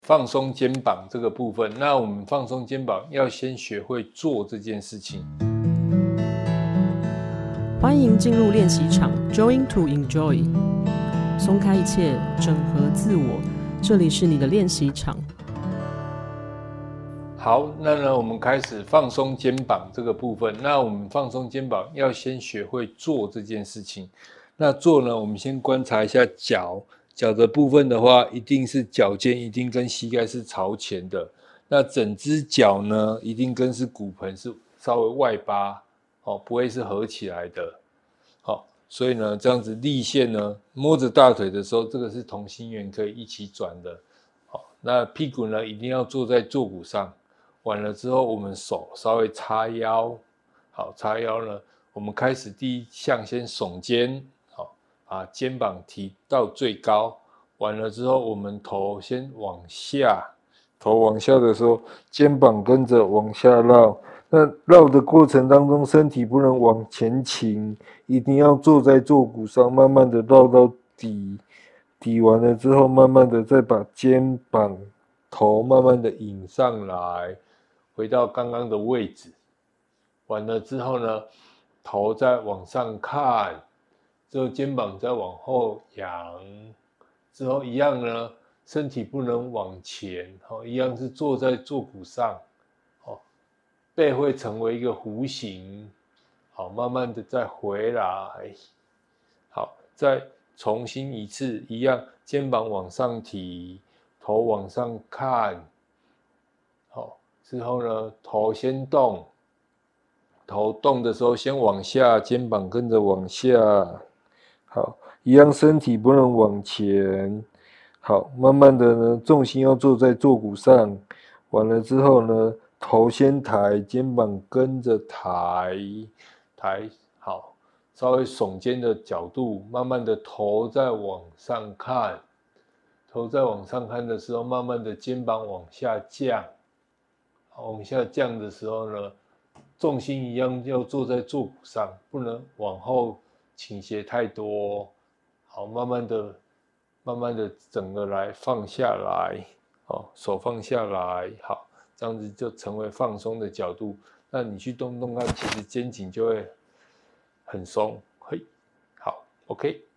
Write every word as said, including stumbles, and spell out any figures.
放松肩膀这个部分，那我们放松肩膀要先学会做这件事情。 欢迎进入练习场 ，Join to Enjoy， 松开一切，整合自我，这里是你的练习场。 好，那呢，我们开始放松肩膀这个部分。那我们放松肩膀要先学会做这件事情。那做呢，我们先观察一下脚。脚的部分的话，一定是脚尖一定跟膝盖是朝前的。那整只脚呢，一定跟是骨盆是稍微外八，哦，不会是合起来的。好、哦，所以呢，这样子立线呢，摸着大腿的时候，这个是同心圆可以一起转的。好、哦，那屁股呢，一定要坐在坐骨上。完了之后，我们手稍微叉腰。好，叉腰呢，我们开始第一项先耸肩。把肩膀提到最高，完了之后，我们头先往下，头往下的时候，肩膀跟着往下绕。那绕的过程当中，身体不能往前倾，一定要坐在坐骨上，慢慢的绕到底。底完了之后，慢慢的再把肩膀、头慢慢的引上来，回到刚刚的位置。完了之后呢，头再往上看。之后肩膀再往后仰，之后一样呢，身体不能往前，哦，一样是坐在坐骨上，哦，背会成为一个弧形，好，慢慢的再回来，好，再重新一次，一样，肩膀往上提，头往上看，好，之后呢，头先动，头动的时候先往下，肩膀跟着往下。好，一样身体不能往前。好，慢慢的呢，重心要坐在坐骨上。完了之后呢，头先抬，肩膀跟着抬，抬好，稍微耸肩的角度，慢慢的头再往上看，头再往上看的时候，慢慢的肩膀往下降，往下降的时候呢，重心一样要坐在坐骨上，不能往后倾斜太多，好，慢慢的、慢慢的整个来放下来，好，手放下来，好，这样子就成为放松的角度。那你去动动看，其实肩颈就会很松，嘿，好 ，OK。